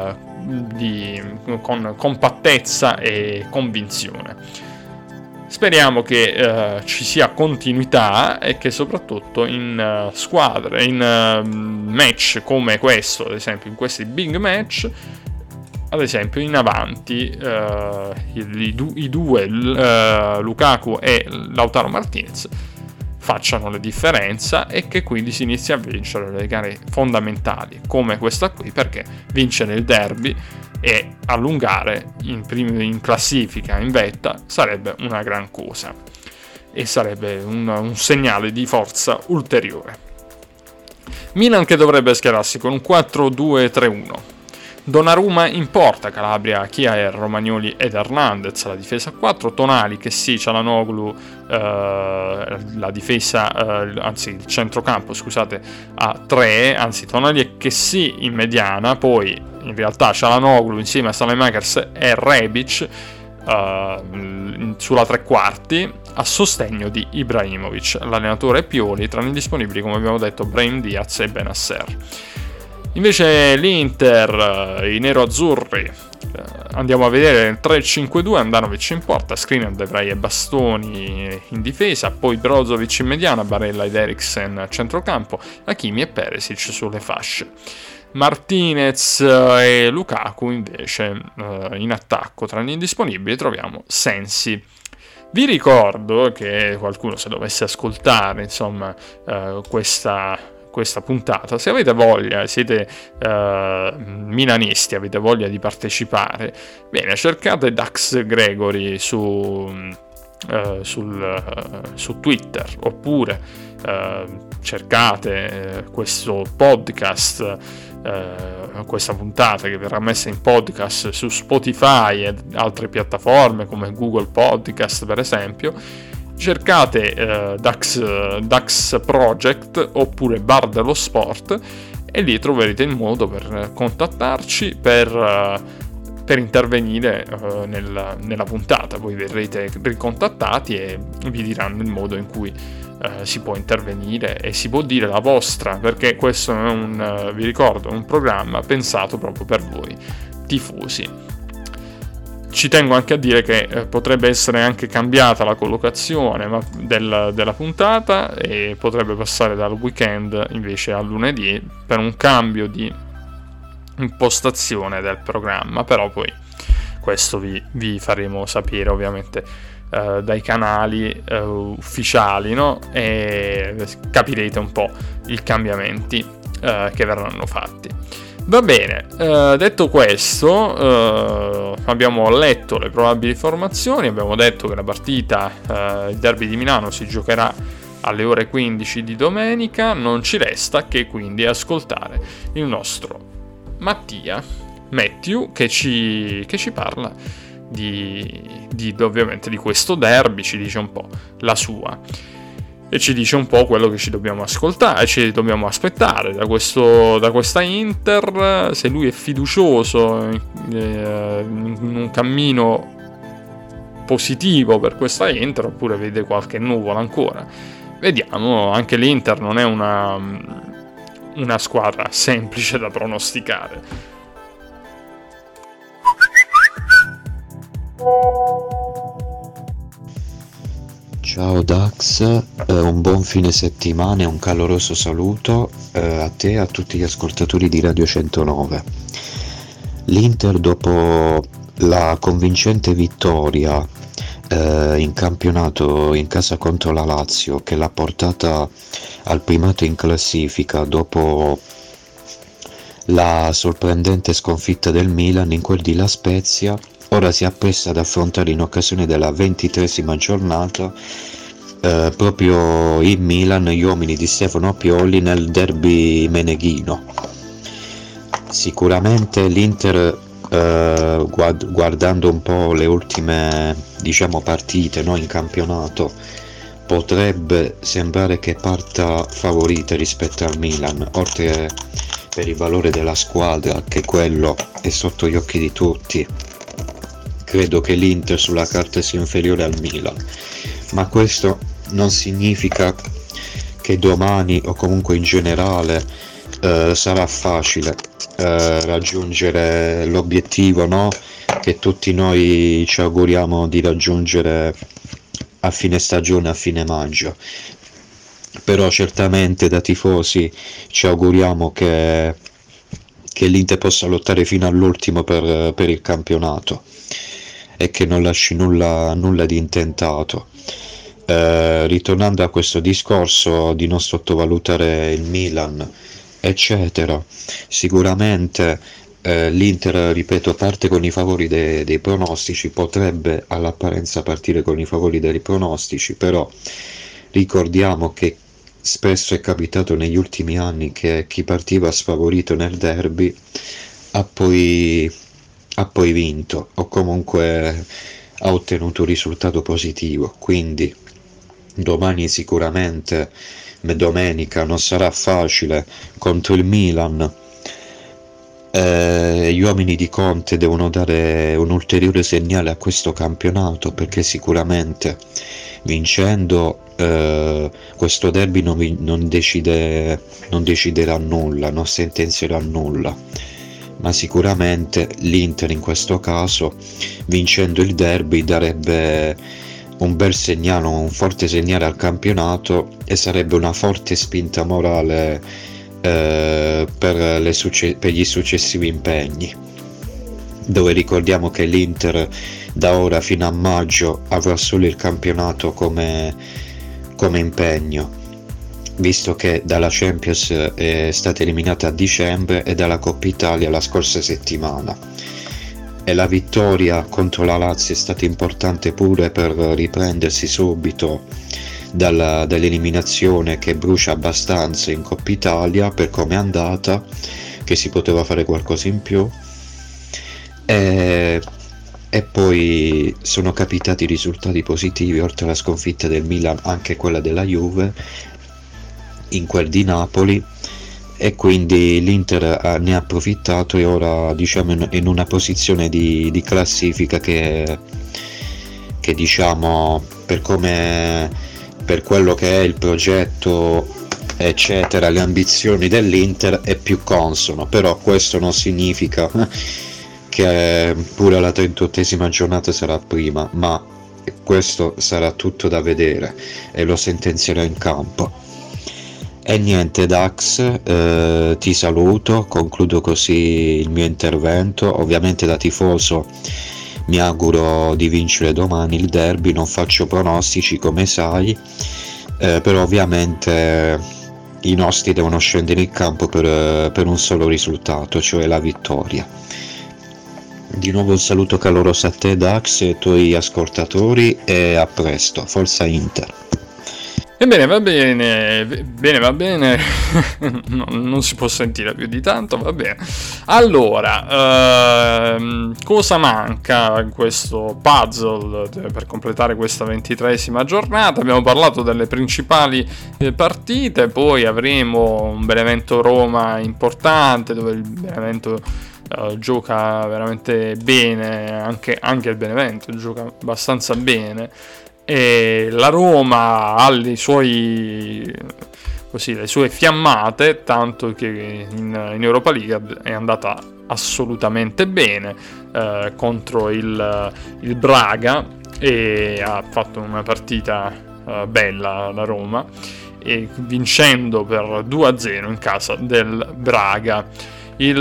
con compattezza e convinzione. Speriamo che ci sia continuità e che soprattutto in squadre, in match come questo, ad esempio in questi big match, ad esempio in avanti i due Lukaku e Lautaro Martinez facciano la differenza e che quindi si inizi a vincere le gare fondamentali come questa qui, perché vincere il derby e allungare in classifica, in vetta, sarebbe una gran cosa e sarebbe un segnale di forza ulteriore. Milan che dovrebbe schierarsi con un 4-2-3-1. Donnarumma in porta, Calabria, Kjaer, Romagnoli ed Hernandez, la difesa a 4, Tonali, Kessie, Çalhanoğlu, la difesa, anzi il centrocampo, scusate, a 3, anzi Tonali e Kessie in mediana, poi in realtà Çalhanoğlu insieme a Saelemaekers e Rebic sulla tre quarti, a sostegno di Ibrahimovic. L'allenatore è Pioli, tra gli disponibili, come abbiamo detto, Brahim Diaz e Benasser. Invece l'Inter, i nero-azzurri, andiamo a vedere il 3-5-2, Andanovic in porta, Skriniar, De Vrij e Bastoni in difesa, poi Brozovic in mediana, Barella ed Eriksen a centrocampo, Hakimi e Perisic sulle fasce. Martinez e Lukaku invece in attacco. Tra gli indisponibili troviamo Sensi. Vi ricordo che qualcuno, se dovesse ascoltare insomma questa puntata, se avete voglia, siete milanisti, avete voglia di partecipare, bene, cercate Dax Gregory su Twitter, oppure cercate questo podcast, questa puntata che verrà messa in podcast su Spotify e altre piattaforme come Google Podcast per esempio. Cercate Dax Project oppure Bar dello Sport e lì troverete il modo per contattarci, per intervenire nella puntata. Voi verrete ricontattati e vi diranno il modo in cui si può intervenire e si può dire la vostra, perché questo è vi ricordo, un programma pensato proprio per voi tifosi. Ci tengo anche a dire che potrebbe essere anche cambiata la collocazione della puntata e potrebbe passare dal weekend invece al lunedì per un cambio di impostazione del programma, però poi questo vi faremo sapere ovviamente dai canali ufficiali, no? E capirete un po' i cambiamenti che verranno fatti. Va bene, detto questo, abbiamo letto le probabili formazioni, abbiamo detto che la partita, il derby di Milano, si giocherà alle ore 15 di domenica. Non ci resta che quindi ascoltare il nostro Matthew che ci parla ovviamente di questo derby, ci dice un po' la sua e ci dice un po' quello che ci dobbiamo ascoltare, ci dobbiamo aspettare da questa Inter, se lui è fiducioso in un cammino positivo per questa Inter oppure vede qualche nuvola ancora. Vediamo, anche l'Inter non è una squadra semplice da pronosticare. Ciao Dax, un buon fine settimana e un caloroso saluto a te e a tutti gli ascoltatori di Radio 109. L'Inter, dopo la convincente vittoria in campionato in casa contro la Lazio, che l'ha portata al primato in classifica dopo la sorprendente sconfitta del Milan in quel di La Spezia, ora si appresta ad affrontare in occasione della 23esima giornata proprio in Milan gli uomini di Stefano Pioli nel derby meneghino. Sicuramente l'Inter, guardando un po' le ultime partite, no, in campionato, potrebbe sembrare che parta favorita rispetto al Milan, oltre per il valore della squadra, che quello è sotto gli occhi di tutti. Credo che l'Inter sulla carta sia inferiore al Milan, ma questo non significa che domani o comunque in generale sarà facile raggiungere l'obiettivo, no? Che tutti noi ci auguriamo di raggiungere a fine stagione, a fine maggio. Però certamente da tifosi ci auguriamo che l'Inter possa lottare fino all'ultimo per il campionato e che non lasci nulla di intentato. Ritornando a questo discorso di non sottovalutare il Milan, eccetera, sicuramente l'Inter, ripeto, parte con i favori dei pronostici, potrebbe all'apparenza partire con i favori dei pronostici, però ricordiamo che spesso è capitato negli ultimi anni che chi partiva sfavorito nel derby ha poi vinto, o comunque ha ottenuto un risultato positivo. Quindi domani sicuramente, domenica, non sarà facile contro il Milan. Gli uomini di Conte devono dare un ulteriore segnale a questo campionato, perché sicuramente vincendo questo derby non deciderà nulla, non sentenzierà nulla, ma sicuramente l'Inter in questo caso, vincendo il derby, darebbe un bel segnale, un forte segnale al campionato, e sarebbe una forte spinta morale per gli successivi impegni, dove ricordiamo che l'Inter da ora fino a maggio avrà solo il campionato come impegno, visto che dalla Champions è stata eliminata a dicembre e dalla Coppa Italia la scorsa settimana, e la vittoria contro la Lazio è stata importante pure per riprendersi subito dall'eliminazione, che brucia abbastanza in Coppa Italia per come è andata, che si poteva fare qualcosa in più, e poi sono capitati risultati positivi, oltre alla sconfitta del Milan anche quella della Juve in quel di Napoli, e quindi l'Inter ne ha approfittato e ora in una posizione di classifica che per quello che è il progetto, eccetera, le ambizioni dell'Inter, è più consono. Però questo non significa che pure la 38esima giornata sarà prima, ma questo sarà tutto da vedere e lo sentenzierà in campo. E niente Dax, ti saluto, concludo così il mio intervento. Ovviamente da tifoso mi auguro di vincere domani il derby, non faccio pronostici come sai, però ovviamente i nostri devono scendere in campo per un solo risultato, cioè la vittoria. Di nuovo un saluto caloroso a te Dax e ai tuoi ascoltatori, e a presto, forza Inter. Ebbene, va bene, non si può sentire più di tanto, va bene. Allora, cosa manca in questo puzzle per completare questa 23esima giornata? Abbiamo parlato delle principali partite, poi avremo un Benevento Roma importante, dove il Benevento gioca veramente bene, anche il Benevento gioca abbastanza bene, e la Roma ha le sue fiammate, tanto che in Europa League è andata assolutamente bene contro il Braga, e ha fatto una partita bella la Roma, e vincendo per 2-0 in casa del Braga. Il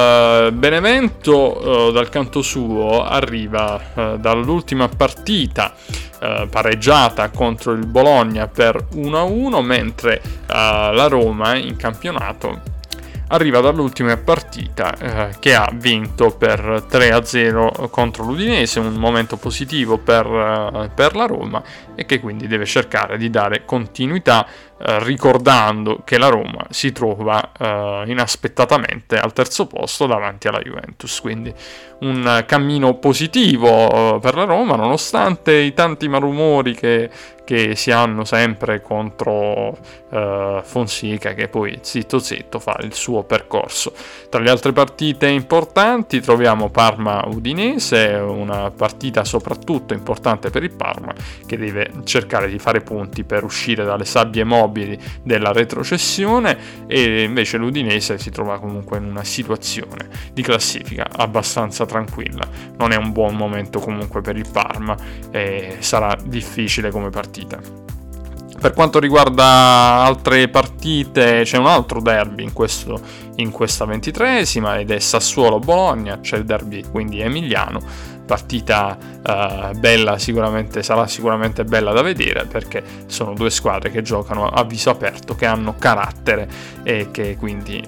Benevento dal canto suo arriva dall'ultima partita pareggiata contro il Bologna per 1-1, mentre la Roma in campionato arriva dall'ultima partita che ha vinto per 3-0 contro l'Udinese, un momento positivo per la Roma, e che quindi deve cercare di dare continuità, ricordando che la Roma si trova inaspettatamente al terzo posto davanti alla Juventus, quindi un cammino positivo per la Roma, nonostante i tanti malumori che si hanno sempre contro Fonseca, che poi zitto fa il suo percorso. Tra le altre partite importanti troviamo Parma-Udinese, una partita soprattutto importante per il Parma, che deve cercare di fare punti per uscire dalle sabbie mobili della retrocessione, e invece l'Udinese si trova comunque in una situazione di classifica abbastanza tranquilla. Non è un buon momento comunque per il Parma, e sarà difficile come partita. Per quanto riguarda altre partite, c'è un altro derby in questa 23esima, ed è Sassuolo-Bologna, c'è il derby quindi emiliano, partita bella, sarà sicuramente bella da vedere, perché sono due squadre che giocano a viso aperto, che hanno carattere e che quindi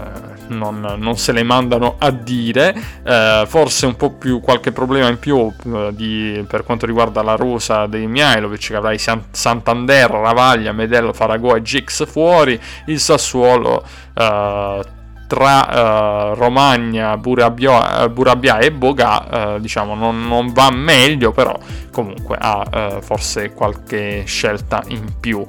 non se le mandano a dire. Forse un po' più, qualche problema in più per quanto riguarda la rosa dei Mihajlovic, che avrà Santander, Ravaglia, Medello, Faragò e Giggs fuori. Il Sassuolo tra Romagna, Burabia e Boga diciamo non va meglio, però comunque ha forse qualche scelta in più,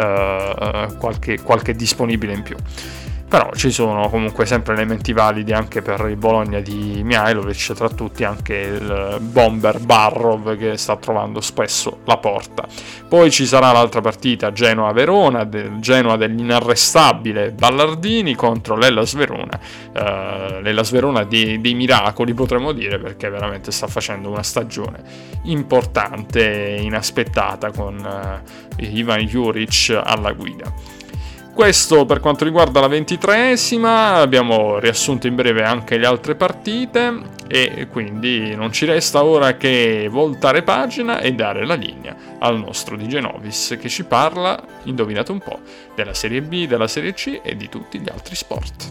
qualche disponibile in più. Però ci sono comunque sempre elementi validi anche per il Bologna di Mihajlovic, tra tutti anche il bomber Barrov, che sta trovando spesso la porta. Poi ci sarà l'altra partita, Genoa-Verona, del Genoa dell'inarrestabile Ballardini contro l'Hellas Verona. L'Hellas Verona dei miracoli, potremmo dire, perché veramente sta facendo una stagione importante e inaspettata con Ivan Juric alla guida. Questo per quanto riguarda la 23esima, abbiamo riassunto in breve anche le altre partite, e quindi non ci resta ora che voltare pagina e dare la linea al nostro DJ Novis, che ci parla, indovinate un po', della Serie B, della Serie C e di tutti gli altri sport.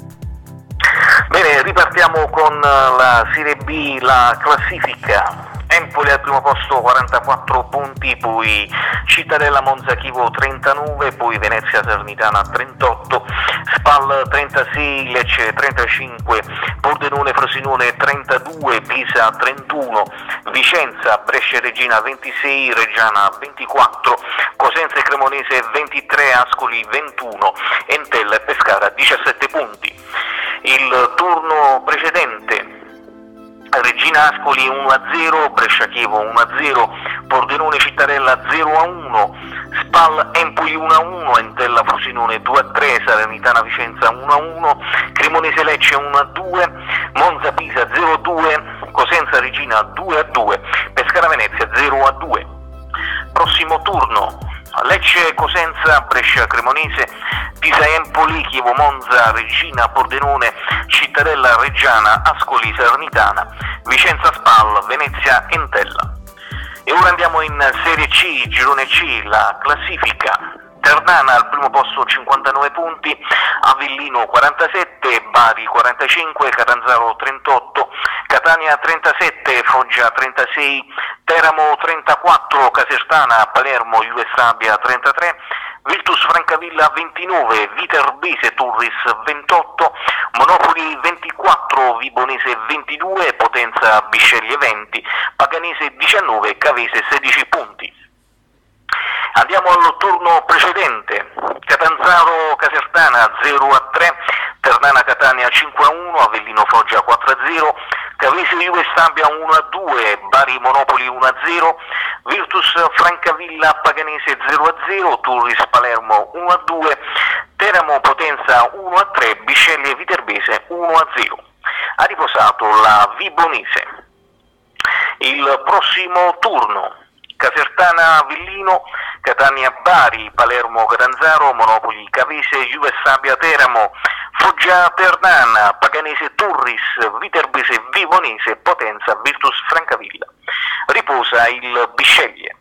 Bene, ripartiamo con la Serie B, la classifica. Empoli al primo posto 44 punti, poi Cittadella Monza Chivo 39, poi Venezia Salernitana 38, Spal 36, Lecce 35, Pordenone Frosinone 32, Pisa 31, Vicenza Brescia Regina 26, Reggiana 24, Cosenza e Cremonese 23, Ascoli 21, Entella e Pescara 17 punti. Il turno precedente: Regina Ascoli 1-0, Brescia Chievo 1-0, Pordenone Cittadella 0-1, Spal Empoli 1-1, Entella Frosinone 2-3, Salernitana Vicenza 1-1, Cremonese Lecce 1-2, Monza Pisa 0-2, Cosenza Regina 2-2, Pescara Venezia 0-2. Prossimo turno: Lecce Cosenza, Brescia Cremonese, Pisa Empoli, Chievo Monza, Regina Pordenone, Cittadella Reggiana, Ascoli Salernitana, Vicenza Spal, Venezia Entella. E ora andiamo in Serie C, Girone C, la classifica. Ternana al primo posto 59 punti, Avellino 47, Bari 45, Catanzaro 38, Catania 37, Foggia 36, Teramo 34, Casertana, Palermo, Juve Stabia 33, Virtus Francavilla 29, Viterbese Turris 28, Monopoli 24, Vibonese 22, Potenza Bisceglie 20, Paganese 19, Cavese 16 punti. Andiamo al turno precedente: Catanzaro Casertana 0-3, Ternana Catania 5-1, Avellino Foggia 4-0, Cavese Juve Stabia 1-2, Bari Monopoli 1-0, Virtus Francavilla Paganese 0-0, Turris Palermo 1-2, Teramo Potenza 1-3, Bisceglie Viterbese 1-0. Ha riposato la Vibonese. Il prossimo turno: Casertana Avellino, Catania Bari, Palermo Catanzaro, Monopoli Cavese, Juve Stabia Teramo, Foggia Ternana, Paganese Turris, Viterbese Vibonese, Potenza Virtus Francavilla. Riposa il Bisceglie.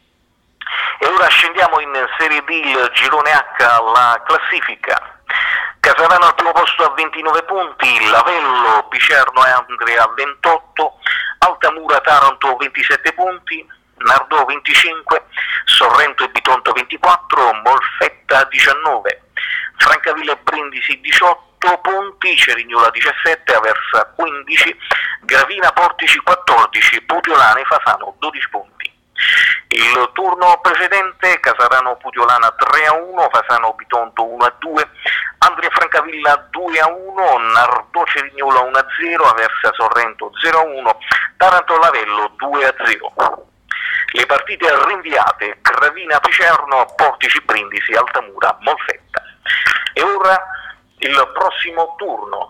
E ora scendiamo in Serie B, il girone H, la classifica. Casertano al primo posto a 29 punti, Lavello, Picerno e Andria a 28, Altamura Taranto 27 punti, Nardò 25, Sorrento e Bitonto 24, Molfetta 19, Francavilla e Brindisi 18 punti, Cerignola 17, Aversa 15, Gravina Portici 14, Puteolana e Fasano 12 punti. Il turno precedente: Casarano Puteolana 3-1, Fasano Bitonto 1-2, Andria Francavilla 2-1, Nardò Cerignola 1-0, Aversa Sorrento 0-1, Taranto Lavello 2-0. Le partite rinviate: Gravina Picerno, Portici Brindisi, Altamura Molfetta. E ora il prossimo turno: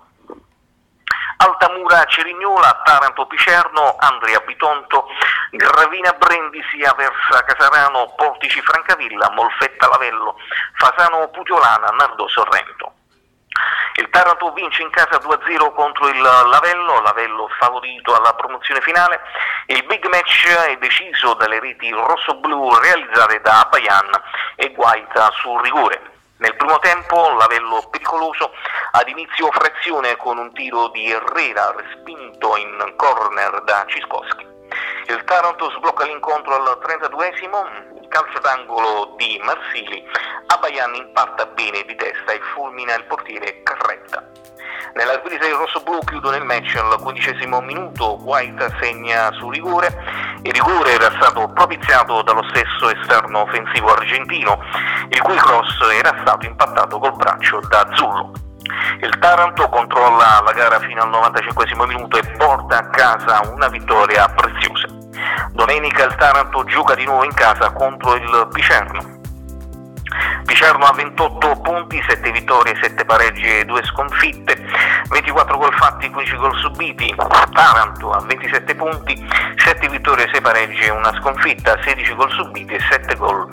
Altamura Cerignola, Taranto Picerno, Andria Bitonto, Gravina Brindisi, Aversa Casarano, Portici Francavilla, Molfetta Lavello, Fasano Puteolana, Nardò Sorrento. Il Taranto vince in casa 2-0 contro il Lavello favorito alla promozione finale. Il big match è deciso dalle reti rosso-blu realizzate da Abayan e Guaita sul rigore. Nel primo tempo Lavello pericoloso, ad inizio frazione con un tiro di Herrera respinto in corner da Ciscoschi. Il Taranto sblocca l'incontro al 32esimo, calcio d'angolo di Marsili, Abayan impatta bene di testa e fulmina il portiere Carretta. Nella ripresa il rossoblu chiudono il match al 15esimo minuto, White segna su rigore. Il rigore era stato propiziato dallo stesso esterno offensivo argentino, il cui cross era stato impattato col braccio da Zullo. Il Taranto controlla la gara fino al 95esimo minuto e porta a casa una vittoria preziosa. Domenica il Taranto gioca di nuovo in casa contro il Picerno. Picerno ha 28 punti, 7 vittorie, 7 pareggi e 2 sconfitte, 24 gol fatti, 15 gol subiti. Taranto ha 27 punti, 7 vittorie, 6 pareggi e una sconfitta, 16 gol subiti e 16 gol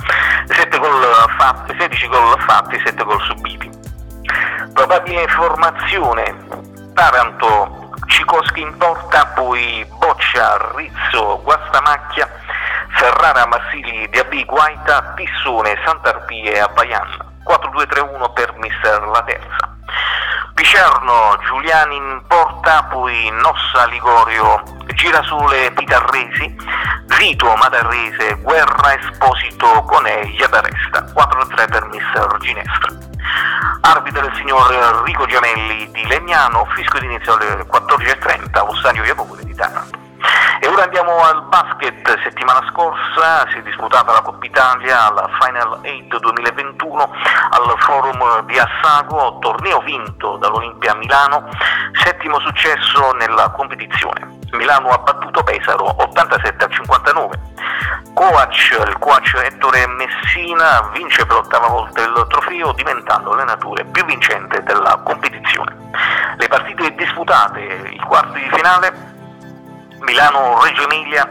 fatti, 7 gol subiti. Probabile formazione: Taranto, Cicoschi in porta, poi Boccia, Rizzo, Guastamacchia, Ferrara, Marsili, Diabì, Guaita, Pissone, Santarpie e Abayan. 4-2-3-1 per mister La Terza. Picerno, Giuliani in porta, poi Nossa, Ligorio, Girasole, Pitarresi, Zito, Madarrese, Guerra, Esposito, Coneglia da Resta. 4-3 per mister Ginestra. Arbitro il signor Enrico Giamelli di Legnano, fischio d'inizio alle 14.30 allo stadio Iacopoli di Taranto. E ora andiamo al basket. Settimana scorsa si è disputata la Coppa Italia alla Final 8 2021 al Forum di Assago, torneo vinto dall'Olimpia Milano, settimo successo nella competizione. Milano ha battuto Pesaro 87-59. Il coach Ettore Messina vince per l'ottava volta il trofeo, diventando l'allenatore più vincente della competizione. Le partite disputate: i quarti di finale, Milano-Reggio Emilia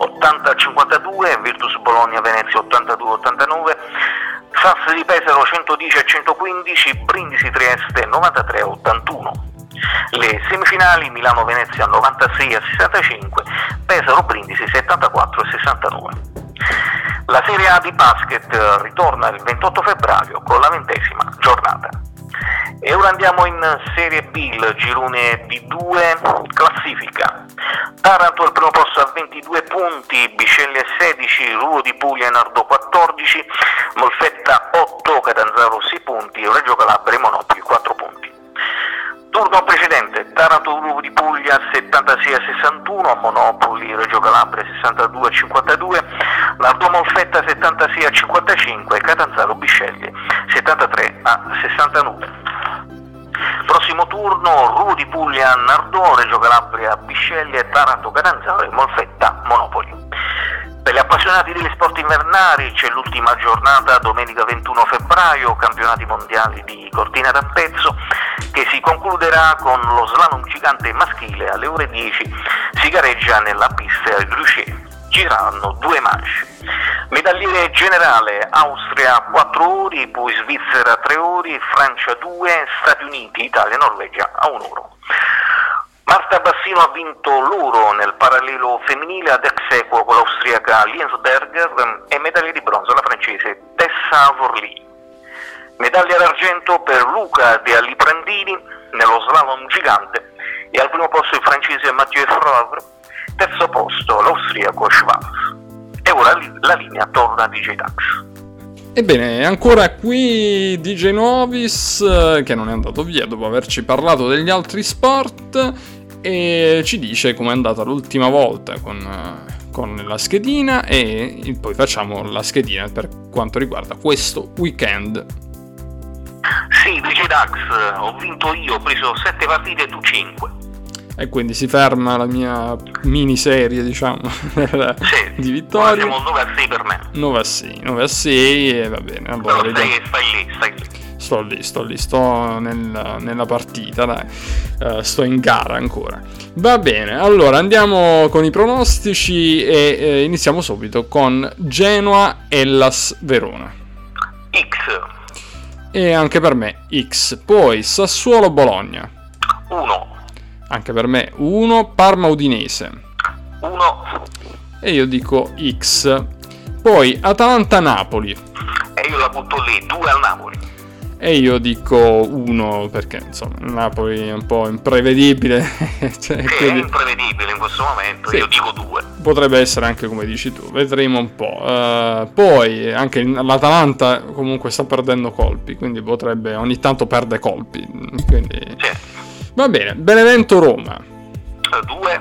80-52, Virtus Bologna-Venezia 82-89, Sassari Pesaro 110-115, Brindisi Trieste 93-81. Le semifinali: Milano-Venezia 96-65, Pesaro-Brindisi 74-69. La Serie A di basket ritorna il 28 febbraio con la 20ª giornata. E ora andiamo in Serie B, il girone D2 classifica. Taranto al primo posto a 22 punti, Bisceglie 16, Ruvo di Puglia e Nardò 14, Molfetta 8, Catanzaro 6 punti, Reggio Calabria e Monopoli 4 punti. Turno precedente: Taranto Ruvo di Puglia 76-61, Monopoli Reggio Calabria 62-52, Nardò Molfetta 76-55, Catanzaro Bisceglie 73-69. primo turno Rudy Puglia Nardò, Reggio Calabria Bisceglie, Taranto Catanzaro e Molfetta Monopoli. Per gli appassionati degli sport invernali c'è l'ultima giornata domenica 21 febbraio, campionati mondiali di Cortina d'Ampezzo, che si concluderà con lo slalom gigante maschile alle ore 10, si gareggia nella pista Gruchet. Gireranno 2 manche. Medagliere generale Austria 4 ori, poi Svizzera 3 ori, Francia 2, Stati Uniti, Italia e Norvegia a 1 oro. Marta Bassino ha vinto l'oro nel parallelo femminile ad ex equo con l'austriaca Liensberger e medaglia di bronzo la francese Tessa Vorli. Medaglia d'argento per Luca De Aliprandini nello slalom gigante e al primo posto il francese Mathieu Favre, terzo posto l'austriaco Schwarz. E ora la linea torna a DJ Dax. Ebbene, ancora qui DJ Novis, che non è andato via dopo averci parlato degli altri sport, e ci dice com'è andata l'ultima volta con la schedina, e poi facciamo la schedina per quanto riguarda questo weekend. Sì, DJ Dax, ho vinto io, ho preso 7 partite e tu 5. E quindi si ferma la mia miniserie, diciamo, di vittorie. Siamo 9-6 per me. 9-6 e va bene. Allora, però stai lì. Sto nella partita, dai. Sto in gara ancora. Va bene, allora andiamo con i pronostici e iniziamo subito con Genoa-Hellas Verona. X. E anche per me X. Poi Sassuolo-Bologna. 1. Anche per me 1. Parma-Udinese. 1. E io dico X. Poi Atalanta-Napoli. E io la butto lì, 2 al Napoli. E io dico 1 perché insomma il Napoli è un po' imprevedibile. Cioè, quindi... è imprevedibile in questo momento, sì. Io dico 2. Potrebbe essere anche come dici tu, vedremo un po'. Poi anche l'Atalanta comunque sta perdendo colpi, quindi potrebbe, ogni tanto perde colpi. Quindi... Sì. Va bene, Benevento-Roma. 2.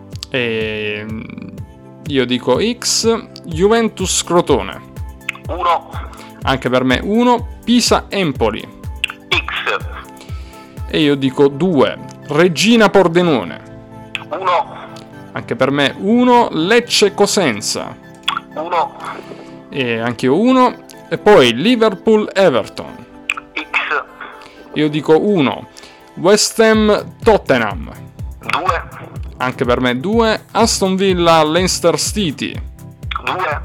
E io dico X. Juventus-Crotone. 1. Anche per me 1. Pisa-Empoli. X. E io dico 2. Regina-Pordenone. 1. Anche per me 1. Lecce-Cosenza. 1. E anche io 1. E poi Liverpool-Everton. X. Io dico 1. West Ham-Tottenham. 2. Anche per me 2. Aston Villa-Leicester City. 2.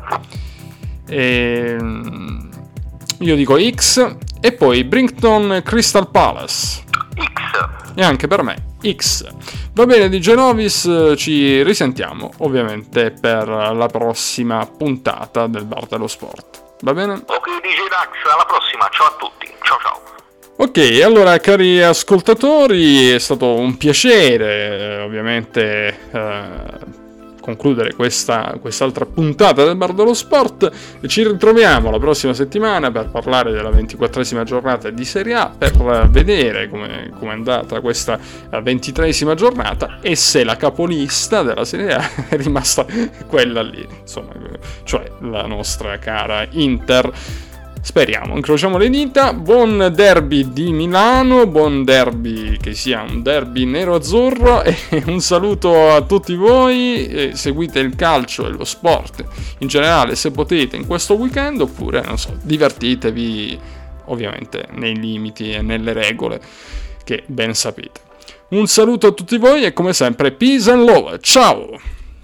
E io dico X. E poi Brighton-Crystal Palace. X. E anche per me X. Va bene, di Genovis, ci risentiamo ovviamente per la prossima puntata del Bar dello Sport. Va bene? Ok, DJ Dax, alla prossima, ciao a tutti, ciao ciao. Ok, allora cari ascoltatori, è stato un piacere ovviamente concludere quest'altra puntata del Bar dello Sport. Ci ritroviamo la prossima settimana per parlare della 24esima giornata di Serie A, per vedere come è andata questa 23esima giornata e se la capolista della Serie A è rimasta quella lì, insomma, cioè la nostra cara Inter. Speriamo, incrociamo le dita. Buon derby di Milano, buon derby, che sia un derby nero-azzurro, e un saluto a tutti voi. Seguite il calcio e lo sport in generale se potete in questo weekend, oppure non so, divertitevi ovviamente nei limiti e nelle regole che ben sapete. Un saluto a tutti voi e come sempre peace and love, ciao!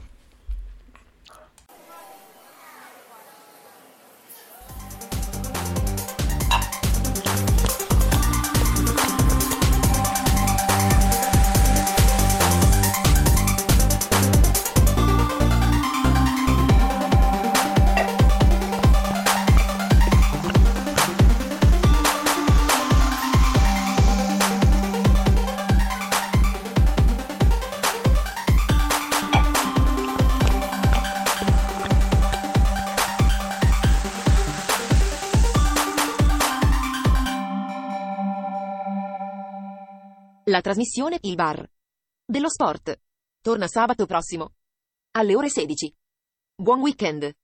La trasmissione Il Bar dello Sport torna sabato prossimo alle ore 16. Buon weekend!